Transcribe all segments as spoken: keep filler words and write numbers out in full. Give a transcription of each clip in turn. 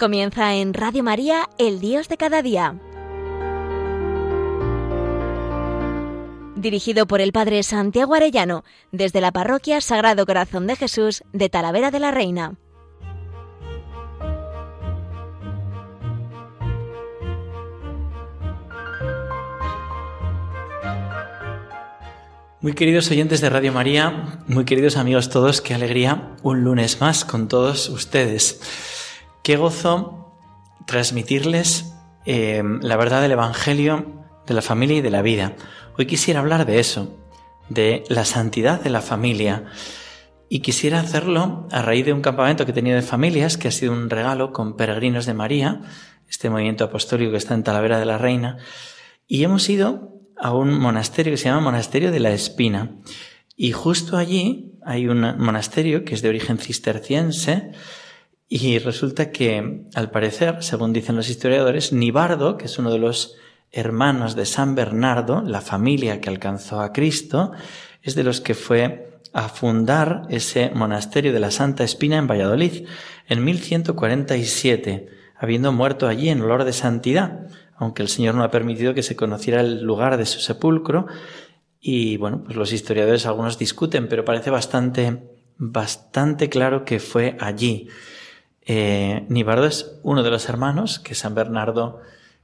Comienza en Radio María, El Dios de cada día. Dirigido por el Padre Santiago Arellano, desde la Parroquia Sagrado Corazón de Jesús de Talavera de la Reina. Muy queridos oyentes de Radio María, muy queridos amigos todos, qué alegría un lunes más con todos ustedes. Qué gozo transmitirles eh, la verdad del Evangelio de la familia y de la vida. Hoy quisiera hablar de eso, de la santidad de la familia, y quisiera hacerlo a raíz de un campamento que he tenido de familias, que ha sido un regalo con Peregrinos de María, este movimiento apostólico que está en Talavera de la Reina, y hemos ido a un monasterio que se llama Monasterio de la Espina. Y justo allí hay un monasterio que es de origen cisterciense y resulta que, al parecer, según dicen los historiadores, Nibardo, que es uno de los hermanos de San Bernardo, la familia que alcanzó a Cristo, es de los que fue a fundar ese monasterio de la Santa Espina en Valladolid en mil ciento cuarenta y siete, habiendo muerto allí en olor de santidad, aunque el Señor no ha permitido que se conociera el lugar de su sepulcro. Y bueno, pues los historiadores algunos discuten, pero parece bastante, bastante claro que fue allí. Eh, Nibardo es uno de los hermanos que San Bernardo,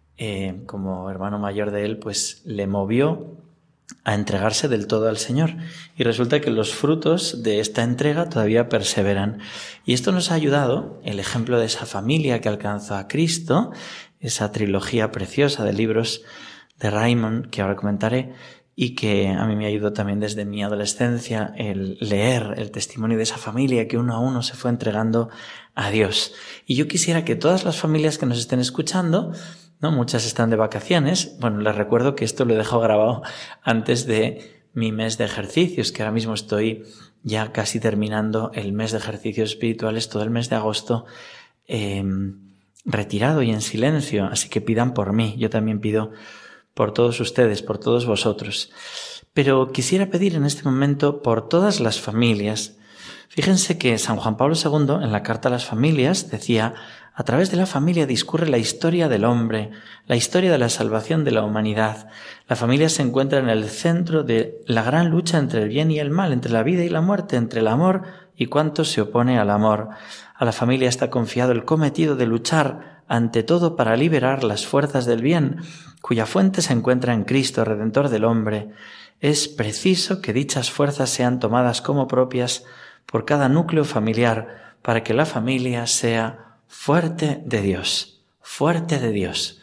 eh, como hermano mayor de él, pues le movió a entregarse del todo al Señor. Y resulta que los frutos de esta entrega todavía perseveran. Y esto nos ha ayudado, el ejemplo de esa familia que alcanzó a Cristo, esa trilogía preciosa de libros de Raymond que ahora comentaré, y que a mí me ayudó también desde mi adolescencia el leer el testimonio de esa familia que uno a uno se fue entregando a Dios. Y yo quisiera que todas las familias que nos estén escuchando, ¿no? Muchas están de vacaciones, bueno, les recuerdo que esto lo he dejado grabado antes de mi mes de ejercicios, que ahora mismo estoy ya casi terminando el mes de ejercicios espirituales, todo el mes de agosto, eh, retirado y en silencio, así que pidan por mí, yo también pido por todos ustedes, por todos vosotros. Pero quisiera pedir en este momento por todas las familias. Fíjense que San Juan Pablo segundo, en la Carta a las Familias, decía: a través de la familia discurre la historia del hombre, la historia de la salvación de la humanidad. La familia se encuentra en el centro de la gran lucha entre el bien y el mal, entre la vida y la muerte, entre el amor y cuánto se opone al amor. A la familia está confiado el cometido de luchar ante todo para liberar las fuerzas del bien, cuya fuente se encuentra en Cristo, Redentor del hombre. Es preciso que dichas fuerzas sean tomadas como propias por cada núcleo familiar para que la familia sea fuerte de Dios, fuerte de Dios.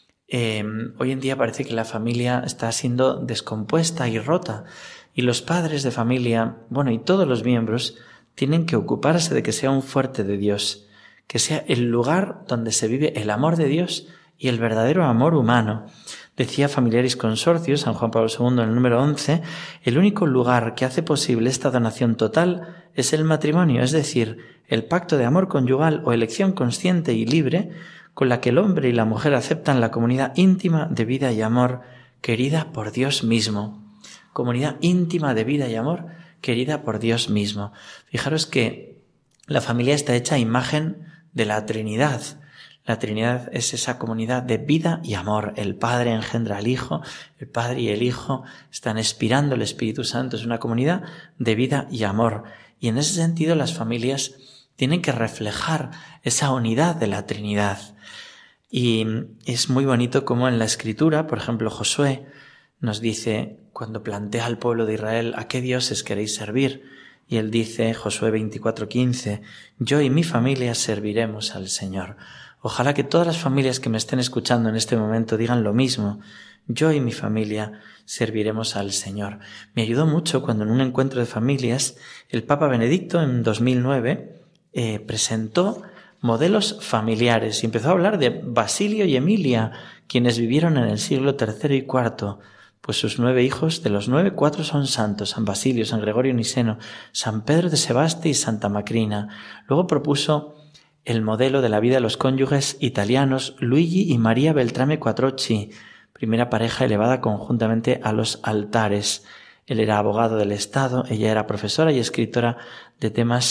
Eh, hoy en día parece que la familia está siendo descompuesta y rota, y los padres de familia, bueno, y todos los miembros tienen que ocuparse de que sea un fuerte de Dios, que sea el lugar donde se vive el amor de Dios y el verdadero amor humano. Decía Familiaris Consortio, San Juan Pablo segundo, en el número once, el único lugar que hace posible esta donación total es el matrimonio, es decir, el pacto de amor conyugal o elección consciente y libre con la que el hombre y la mujer aceptan la comunidad íntima de vida y amor querida por Dios mismo. Comunidad íntima de vida y amor querida por Dios mismo. Fijaros que la familia está hecha a imagen de la Trinidad. La Trinidad es esa comunidad de vida y amor. El Padre engendra al Hijo, el Padre y el Hijo están expirando el Espíritu Santo. Es una comunidad de vida y amor. Y en ese sentido las familias tienen que reflejar esa unidad de la Trinidad. Y es muy bonito como en la Escritura, por ejemplo, Josué nos dice, cuando plantea al pueblo de Israel, ¿a qué dioses queréis servir? Y él dice, Josué veinticuatro quince, yo y mi familia serviremos al Señor. Ojalá que todas las familias que me estén escuchando en este momento digan lo mismo. Yo y mi familia serviremos al Señor. Me ayudó mucho cuando en un encuentro de familias el Papa Benedicto en dos mil nueve eh, presentó modelos familiares y empezó a hablar de Basilio y Emilia, quienes vivieron en el siglo tercero y cuarto. Pues sus nueve hijos, de los nueve, cuatro son santos: San Basilio, San Gregorio Niceno, San Pedro de Sebaste y Santa Macrina. Luego propuso el modelo de la vida de los cónyuges italianos Luigi y María Beltrame Quattrocchi, primera pareja elevada conjuntamente a los altares. Él era abogado del Estado, ella era profesora y escritora de temas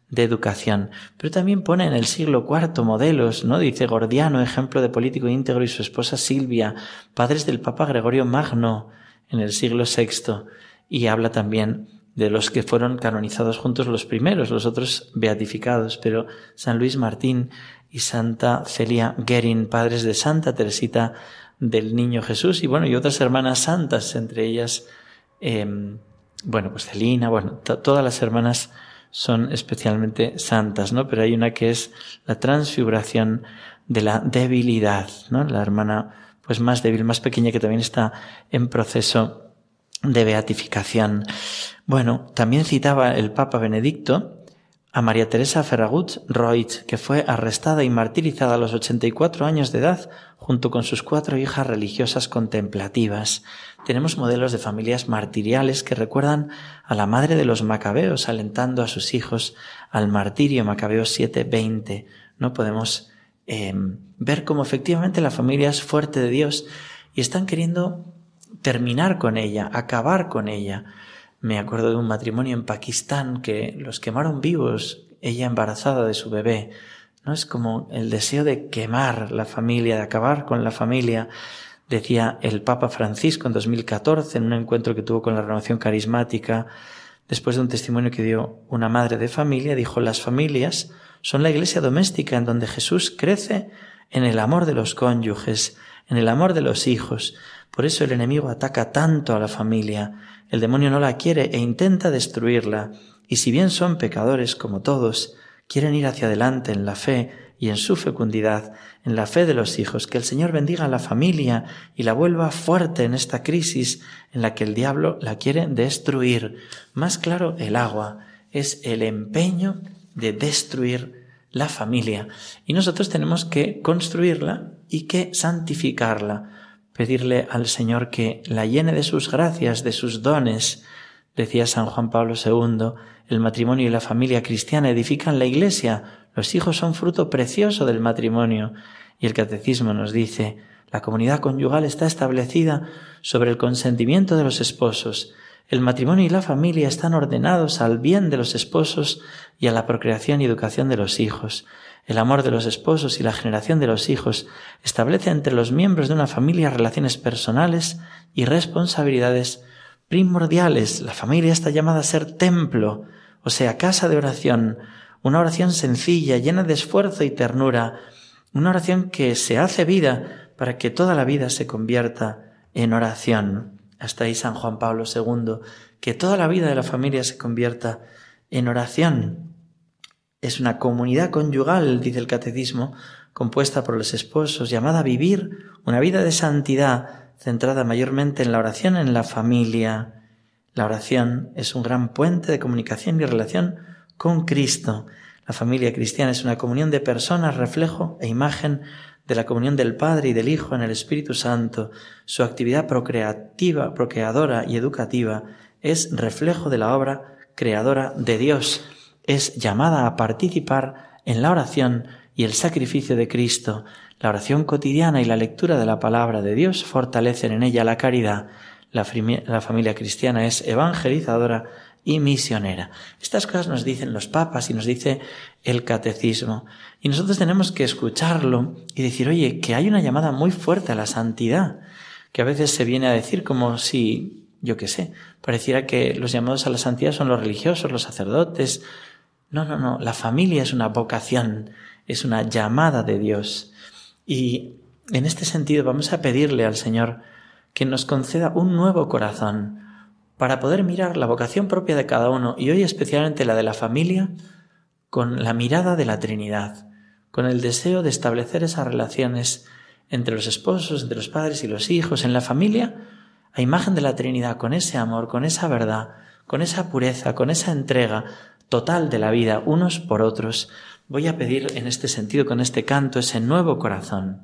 de educación. Pero también pone en el siglo cuarto modelos, ¿no? Dice Gordiano, ejemplo de político íntegro, y su esposa Silvia, padres del Papa Gregorio Magno en el siglo sexto, y habla también de los que fueron canonizados juntos los primeros, los otros beatificados, pero San Luis Martín y Santa Celia Guerin, padres de Santa Teresita del Niño Jesús, y bueno, y otras hermanas santas, entre ellas, eh, bueno, pues Celina, bueno, to- todas las hermanas son especialmente santas, ¿no? Pero hay una que es la transfiguración de la debilidad, ¿no? La hermana pues más débil, más pequeña, que también está en proceso de beatificación. Bueno, también citaba el Papa Benedicto a María Teresa Ferragut Roig, que fue arrestada y martirizada a los ochenta y cuatro años de edad junto con sus cuatro hijas religiosas contemplativas. Tenemos modelos de familias martiriales que recuerdan a la madre de los macabeos alentando a sus hijos al martirio, Macabeos siete veinte. No podemos eh, ver cómo efectivamente la familia es fuerte de Dios y están queriendo terminar con ella, acabar con ella. Me acuerdo de un matrimonio en Pakistán que los quemaron vivos, ella embarazada de su bebé. ¿No? Es como el deseo de quemar la familia, de acabar con la familia. Decía el Papa Francisco en dos mil catorce, en un encuentro que tuvo con la Renovación Carismática, después de un testimonio que dio una madre de familia, dijo: las familias son la iglesia doméstica en donde Jesús crece en el amor de los cónyuges, en el amor de los hijos. Por eso el enemigo ataca tanto a la familia. El demonio no la quiere e intenta destruirla. Y si bien son pecadores como todos, quieren ir hacia adelante en la fe y en su fecundidad, en la fe de los hijos. Que el Señor bendiga a la familia y la vuelva fuerte en esta crisis en la que el diablo la quiere destruir. Más claro, el agua es el empeño de destruir la familia. Y nosotros tenemos que construirla y que santificarla. Pedirle al Señor que la llene de sus gracias, de sus dones. Decía San Juan Pablo segundo, el matrimonio y la familia cristiana edifican la iglesia. Los hijos son fruto precioso del matrimonio. Y el catecismo nos dice, la comunidad conyugal está establecida sobre el consentimiento de los esposos. El matrimonio y la familia están ordenados al bien de los esposos y a la procreación y educación de los hijos. El amor de los esposos y la generación de los hijos establece entre los miembros de una familia relaciones personales y responsabilidades primordiales. La familia está llamada a ser templo, o sea, casa de oración, una oración sencilla, llena de esfuerzo y ternura, una oración que se hace vida para que toda la vida se convierta en oración. Hasta ahí San Juan Pablo segundo, que toda la vida de la familia se convierta en oración. Es una comunidad conyugal, dice el catecismo, compuesta por los esposos, llamada a vivir una vida de santidad, centrada mayormente en la oración en la familia. La oración es un gran puente de comunicación y relación con Cristo. La familia cristiana es una comunión de personas, reflejo e imagen de la comunión del Padre y del Hijo en el Espíritu Santo. Su actividad procreativa, procreadora y educativa es reflejo de la obra creadora de Dios. Es llamada a participar en la oración y el sacrificio de Cristo. La oración cotidiana y la lectura de la palabra de Dios fortalecen en ella la caridad. La, fami- la familia cristiana es evangelizadora y misionera. Estas cosas nos dicen los papas y nos dice el catecismo. Y nosotros tenemos que escucharlo y decir, oye, que hay una llamada muy fuerte a la santidad, que a veces se viene a decir como si, yo qué sé, pareciera que los llamados a la santidad son los religiosos, los sacerdotes. No, no, no, la familia es una vocación, es una llamada de Dios. Y en este sentido vamos a pedirle al Señor que nos conceda un nuevo corazón para poder mirar la vocación propia de cada uno, y hoy especialmente la de la familia, con la mirada de la Trinidad, con el deseo de establecer esas relaciones entre los esposos, entre los padres y los hijos, en la familia, a imagen de la Trinidad, con ese amor, con esa verdad, con esa pureza, con esa entrega total de la vida, unos por otros. Voy a pedir en este sentido, con este canto, ese nuevo corazón.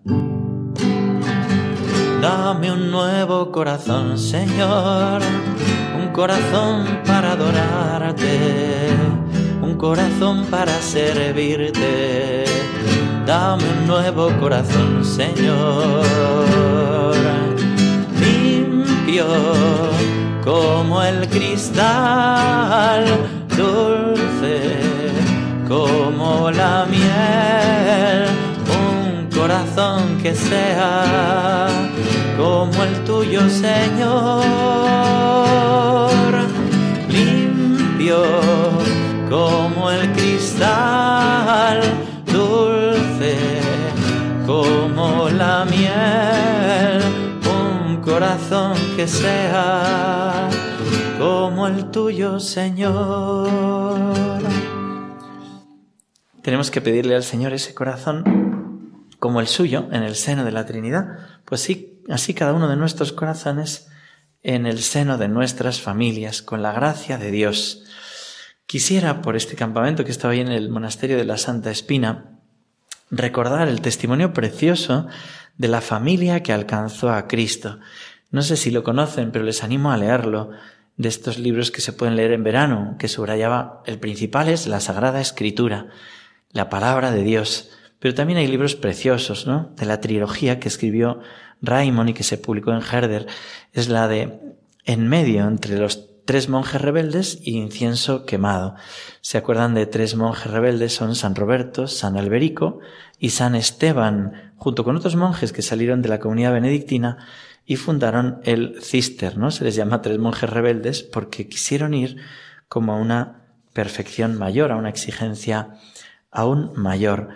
Dame un nuevo corazón, Señor, un corazón para adorarte, un corazón para servirte. Dame un nuevo corazón, Señor, limpio como el cristal, dulce corazón que sea como el tuyo, Señor, limpio como el cristal, dulce como la miel, un corazón que sea como el tuyo, Señor. Tenemos que pedirle al Señor ese corazón como el suyo en el seno de la Trinidad. Pues sí, así cada uno de nuestros corazones en el seno de nuestras familias, con la gracia de Dios. Quisiera, por este campamento que estaba ahí en el monasterio de la Santa Espina, recordar el testimonio precioso de la familia que alcanzó a Cristo. No sé si lo conocen, pero les animo a leerlo, de estos libros que se pueden leer en verano, que subrayaba, el principal es la Sagrada Escritura, la palabra de Dios. Pero también hay libros preciosos, ¿no? De la trilogía que escribió Raymond y que se publicó en Herder. Es la de En medio, entre los tres monjes rebeldes y incienso quemado. ¿Se acuerdan de tres monjes rebeldes? Son San Roberto, San Alberico y San Esteban, junto con otros monjes que salieron de la comunidad benedictina y fundaron el Cister, ¿no? Se les llama tres monjes rebeldes porque quisieron ir como a una perfección mayor, a una exigencia aún mayor.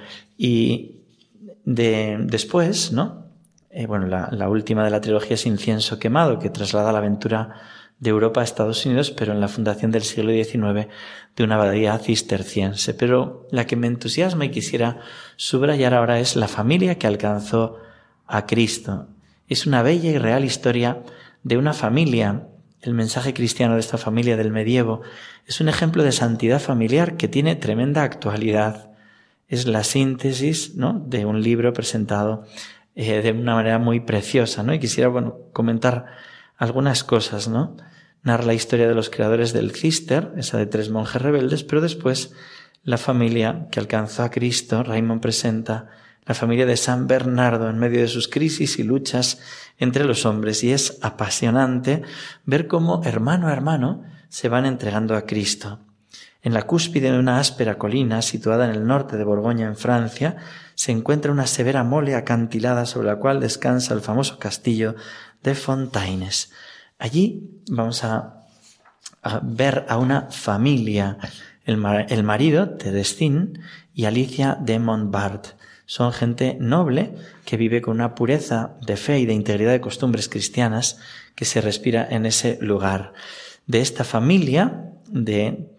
Y de, después, ¿no? Eh, bueno, la, la última de la trilogía es Incienso quemado, que traslada la aventura de Europa a Estados Unidos, pero en la fundación del siglo diecinueve de una abadía cisterciense. Pero la que me entusiasma y quisiera subrayar ahora es la familia que alcanzó a Cristo. Es una bella y real historia de una familia. El mensaje cristiano de esta familia del medievo es un ejemplo de santidad familiar que tiene tremenda actualidad. Es la síntesis, ¿no?, de un libro presentado eh, de una manera muy preciosa, ¿no? Y quisiera, bueno, comentar algunas cosas, ¿no? Narra la historia de los creadores del Cister, esa de tres monjes rebeldes, pero después la familia que alcanzó a Cristo. Raymond presenta la familia de San Bernardo en medio de sus crisis y luchas entre los hombres, y es apasionante ver cómo hermano a hermano se van entregando a Cristo. En la cúspide de una áspera colina situada en el norte de Borgoña, en Francia, se encuentra una severa mole acantilada sobre la cual descansa el famoso castillo de Fontaines. Allí vamos a, a ver a una familia, el, mar, el marido, Terestin, y Alicia de Montbard. Son gente noble que vive con una pureza de fe y de integridad de costumbres cristianas que se respira en ese lugar. De esta familia de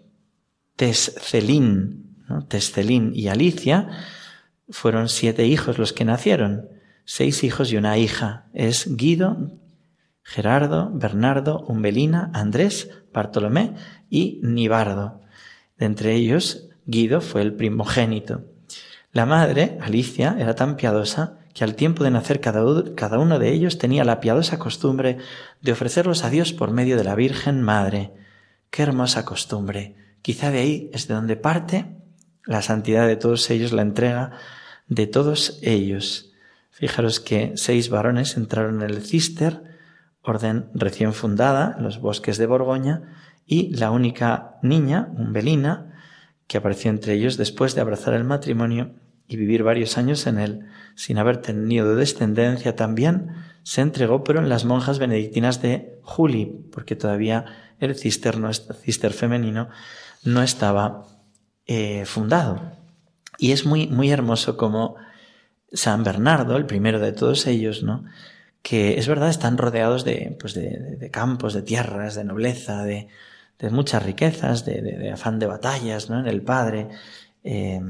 Tescelín, ¿no? Tescelín y Alicia, fueron siete hijos los que nacieron, seis hijos y una hija. Es Guido, Gerardo, Bernardo, Umbelina, Andrés, Bartolomé y Nibardo. De entre ellos, Guido fue el primogénito. La madre, Alicia, era tan piadosa que al tiempo de nacer cada uno de ellos tenía la piadosa costumbre de ofrecerlos a Dios por medio de la Virgen Madre. ¡Qué hermosa costumbre! Quizá de ahí es de donde parte la santidad de todos ellos, la entrega de todos ellos. Fijaros que seis varones entraron en el Cister, orden recién fundada en los bosques de Borgoña, y la única niña, Umbelina, que apareció entre ellos después de abrazar el matrimonio y vivir varios años en él, sin haber tenido descendencia, también se entregó, pero en las monjas benedictinas de Juli, porque todavía el cister, no, el cister femenino no estaba eh, fundado. Y es muy, muy hermoso como San Bernardo, el primero de todos ellos, ¿no?, que es verdad, están rodeados de, pues de, de campos, de tierras, de nobleza, de, de muchas riquezas, de, de, de afán de batallas, ¿no?, en el padre, eh,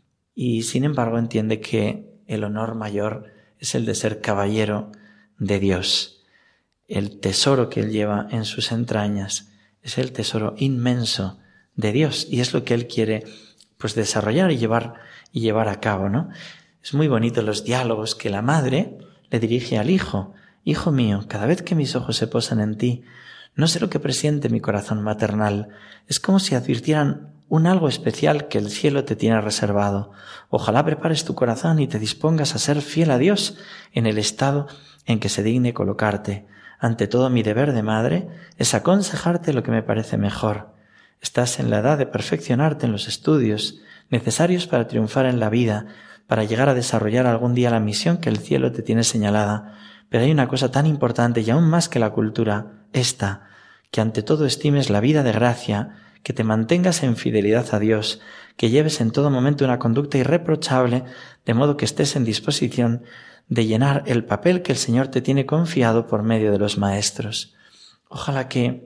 y sin embargo entiende que el honor mayor es el de ser caballero de Dios. El tesoro que él lleva en sus entrañas es el tesoro inmenso de Dios, y es lo que él quiere, pues, desarrollar y llevar, y llevar a cabo, ¿no? Es muy bonito los diálogos que la madre le dirige al hijo. Hijo mío, cada vez que mis ojos se posan en ti, no sé lo que presiente mi corazón maternal. Es como si advirtieran un algo especial que el cielo te tiene reservado. Ojalá prepares tu corazón y te dispongas a ser fiel a Dios en el estado en que se digne colocarte. Ante todo, mi deber de madre es aconsejarte lo que me parece mejor. Estás en la edad de perfeccionarte en los estudios necesarios para triunfar en la vida, para llegar a desarrollar algún día la misión que el cielo te tiene señalada. Pero hay una cosa tan importante y aún más que la cultura, esta, que ante todo estimes la vida de gracia, que te mantengas en fidelidad a Dios, que lleves en todo momento una conducta irreprochable, de modo que estés en disposición de llenar el papel que el Señor te tiene confiado por medio de los maestros. Ojalá que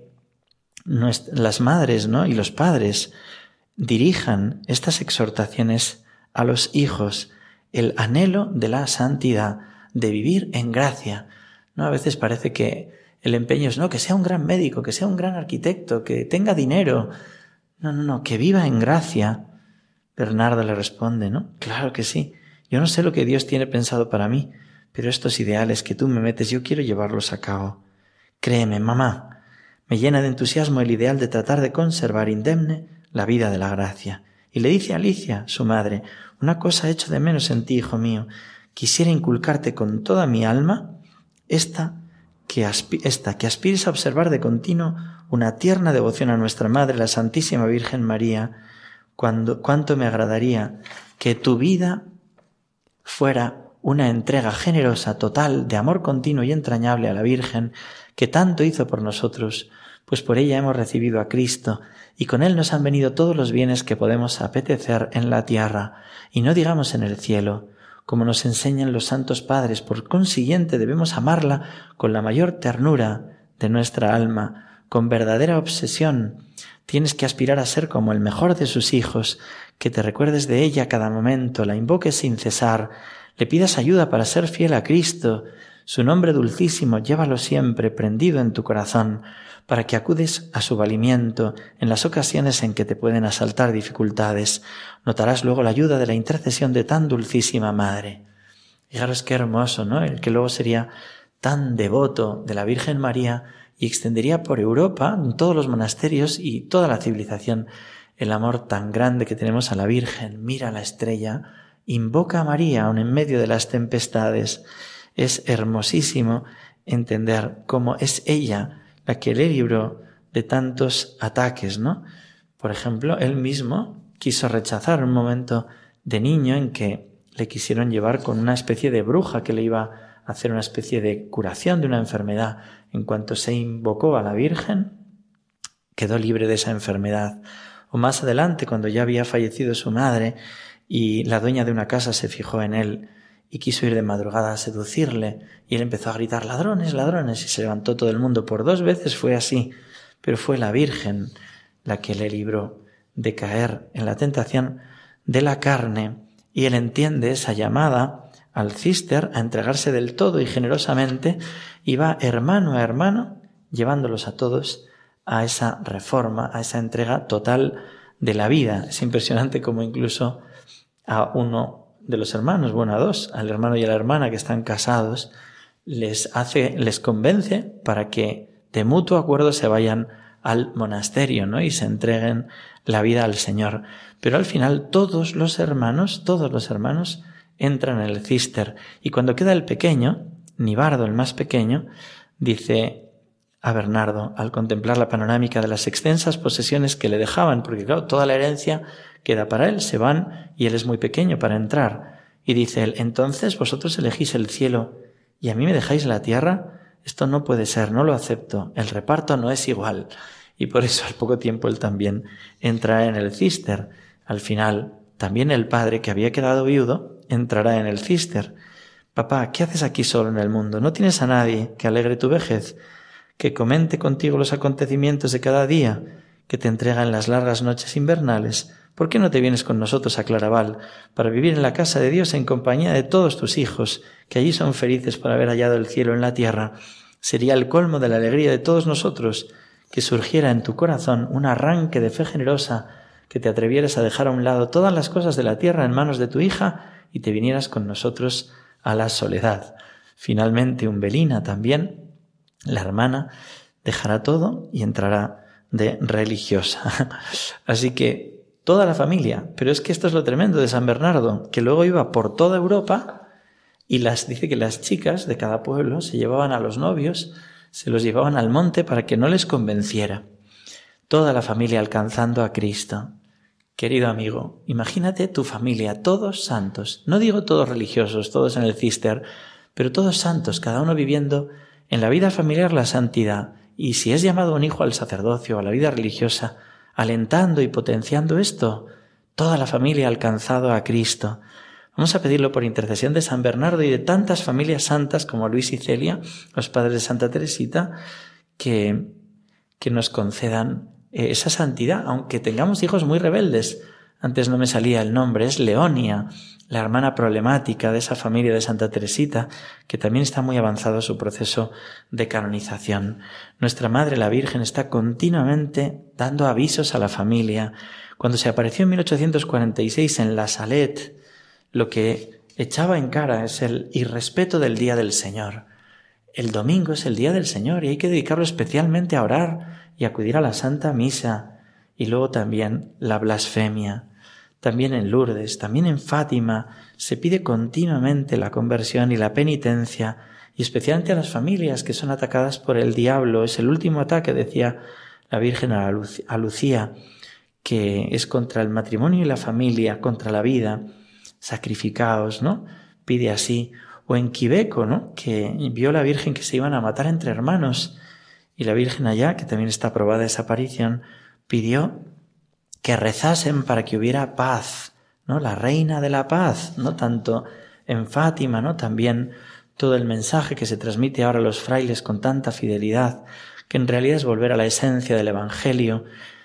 las madres, ¿no?, y los padres dirijan estas exhortaciones a los hijos, el anhelo de la santidad, de vivir en gracia. ¿No? A veces parece que el empeño es, no, que sea un gran médico, que sea un gran arquitecto, que tenga dinero. No, no, no, que viva en gracia. Bernardo le responde, ¿no? Claro que sí. Yo no sé lo que Dios tiene pensado para mí, pero estos ideales que tú me metes, yo quiero llevarlos a cabo. Créeme, mamá, me llena de entusiasmo el ideal de tratar de conservar indemne la vida de la gracia. Y le dice a Alicia, su madre, una cosa echo de menos en ti, hijo mío. Quisiera inculcarte con toda mi alma esta que, aspi- esta, que aspires a observar de continuo una tierna devoción a nuestra Madre, la Santísima Virgen María. Cuando, cuánto me agradaría que tu vida fuera una entrega generosa, total, de amor continuo y entrañable a la Virgen, que tanto hizo por nosotros, pues por ella hemos recibido a Cristo, y con Él nos han venido todos los bienes que podemos apetecer en la tierra, y no digamos en el cielo, como nos enseñan los santos padres. Por consiguiente debemos amarla con la mayor ternura de nuestra alma, con verdadera obsesión. Tienes que aspirar a ser como el mejor de sus hijos, que te recuerdes de ella a cada momento, la invoques sin cesar, le pidas ayuda para ser fiel a Cristo. Su nombre dulcísimo llévalo siempre prendido en tu corazón, para que acudes a su valimiento en las ocasiones en que te pueden asaltar dificultades. Notarás luego la ayuda de la intercesión de tan dulcísima Madre. Fijaros qué hermoso, ¿no? El que luego sería tan devoto de la Virgen María y extendería por Europa, en todos los monasterios y toda la civilización, el amor tan grande que tenemos a la Virgen. Mira la estrella, invoca a María aun en medio de las tempestades. Es hermosísimo entender cómo es ella la que le libró de tantos ataques, ¿no? Por ejemplo, él mismo quiso rechazar un momento de niño en que le quisieron llevar con una especie de bruja que le iba a hacer una especie de curación de una enfermedad. En cuanto se invocó a la Virgen, quedó libre de esa enfermedad. O más adelante, cuando ya había fallecido su madre y la dueña de una casa se fijó en él y quiso ir de madrugada a seducirle, y él empezó a gritar ladrones, ladrones, y se levantó todo el mundo. Por dos veces fue así, pero fue la Virgen la que le libró de caer en la tentación de la carne, y él entiende esa llamada al cister a entregarse del todo y generosamente, y va hermano a hermano llevándolos a todos a esa reforma, a esa entrega total de la vida. Es impresionante como incluso a uno de los hermanos, bueno, a dos, al hermano y a la hermana que están casados, les hace, les convence para que de mutuo acuerdo se vayan al monasterio, ¿no? Y se entreguen la vida al Señor. Pero al final todos los hermanos, todos los hermanos entran en el cister. Y cuando queda el pequeño, Nibardo, el más pequeño, dice a Bernardo, al contemplar la panorámica de las extensas posesiones que le dejaban, porque claro, toda la herencia queda para él, se van y él es muy pequeño para entrar. Y dice él, entonces vosotros elegís el cielo y a mí me dejáis la tierra. Esto no puede ser, no lo acepto, el reparto no es igual. Y por eso al poco tiempo él también entra en el cister. Al final, también el padre, que había quedado viudo, entrará en el cister. Papá, ¿qué haces aquí solo en el mundo? ¿No tienes a nadie que alegre tu vejez, que comente contigo los acontecimientos de cada día, que te entrega en las largas noches invernales? ¿Por qué no te vienes con nosotros a Claraval para vivir en la casa de Dios en compañía de todos tus hijos, que allí son felices por haber hallado el cielo en la tierra? Sería el colmo de la alegría de todos nosotros que surgiera en tu corazón un arranque de fe generosa, que te atrevieras a dejar a un lado todas las cosas de la tierra en manos de tu hija y te vinieras con nosotros a la soledad. Finalmente, Umbelina también, la hermana, dejará todo y entrará de religiosa. Así que toda la familia, pero es que esto es lo tremendo de San Bernardo, que luego iba por toda Europa y las dice que las chicas de cada pueblo se llevaban a los novios, se los llevaban al monte para que no les convenciera. Toda la familia alcanzando a Cristo. Querido amigo, imagínate tu familia, todos santos. No digo todos religiosos, todos en el cister, pero todos santos, cada uno viviendo en la vida familiar la santidad. Y si es llamado un hijo al sacerdocio o a la vida religiosa, alentando y potenciando esto, toda la familia ha alcanzado a Cristo. Vamos a pedirlo por intercesión de San Bernardo y de tantas familias santas como Luis y Celia, los padres de Santa Teresita, que, que nos concedan eh, esa santidad, aunque tengamos hijos muy rebeldes. Antes no me salía el nombre, es Leonia, la hermana problemática de esa familia de Santa Teresita, que también está muy avanzado su proceso de canonización. Nuestra Madre, la Virgen, está continuamente dando avisos a la familia. Cuando se apareció en mil ochocientos cuarenta y seis en La Salette, lo que echaba en cara es el irrespeto del Día del Señor. El domingo es el Día del Señor y hay que dedicarlo especialmente a orar y acudir a la Santa Misa. Y luego también la blasfemia. También en Lourdes, también en Fátima, se pide continuamente la conversión y la penitencia, y especialmente a las familias que son atacadas por el diablo. Es el último ataque, decía la Virgen a Lucía, que es contra el matrimonio y la familia, contra la vida. Sacrificaos, ¿no? Pide así. O en Quibeco, ¿no? Que vio la Virgen que se iban a matar entre hermanos, y la Virgen allá, que también está aprobada esa aparición, pidió que rezasen para que hubiera paz, ¿no? La reina de la paz, no tanto en Fátima, ¿no? También todo el mensaje que se transmite ahora a los frailes con tanta fidelidad, que en realidad es volver a la esencia del Evangelio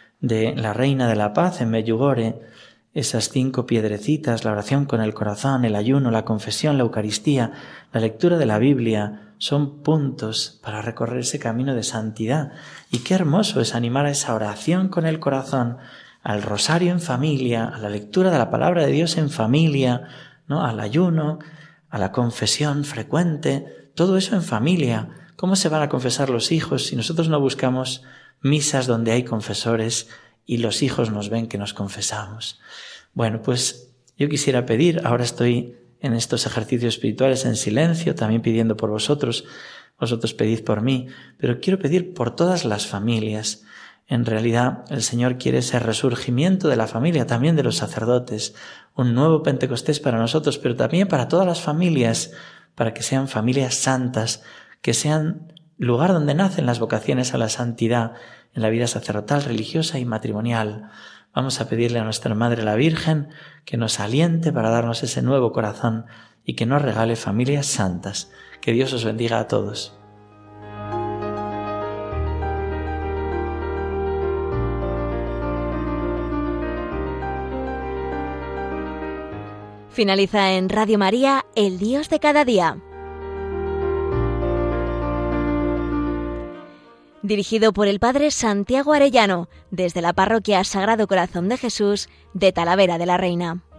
de la reina de la paz en Medjugorje, esas cinco piedrecitas, la oración con el corazón, el ayuno, la confesión, la Eucaristía, la lectura de la Biblia, son puntos para recorrer ese camino de santidad. Y qué hermoso es animar a esa oración con el corazón, al rosario en familia, a la lectura de la palabra de Dios en familia, ¿no? Al ayuno, a la confesión frecuente, todo eso en familia. ¿Cómo se van a confesar los hijos si nosotros no buscamos misas donde hay confesores y los hijos nos ven que nos confesamos? Bueno, pues yo quisiera pedir, ahora estoy en estos ejercicios espirituales en silencio, también pidiendo por vosotros, vosotros pedid por mí, pero quiero pedir por todas las familias. En realidad, el Señor quiere ese resurgimiento de la familia, también de los sacerdotes, un nuevo Pentecostés para nosotros, pero también para todas las familias, para que sean familias santas, que sean lugar donde nacen las vocaciones a la santidad en la vida sacerdotal, religiosa y matrimonial. Vamos a pedirle a nuestra Madre la Virgen que nos aliente para darnos ese nuevo corazón y que nos regale familias santas. Que Dios os bendiga a todos. Finaliza en Radio María, El Dios de cada día. Dirigido por el Padre Santiago Arellano, desde la Parroquia Sagrado Corazón de Jesús de Talavera de la Reina.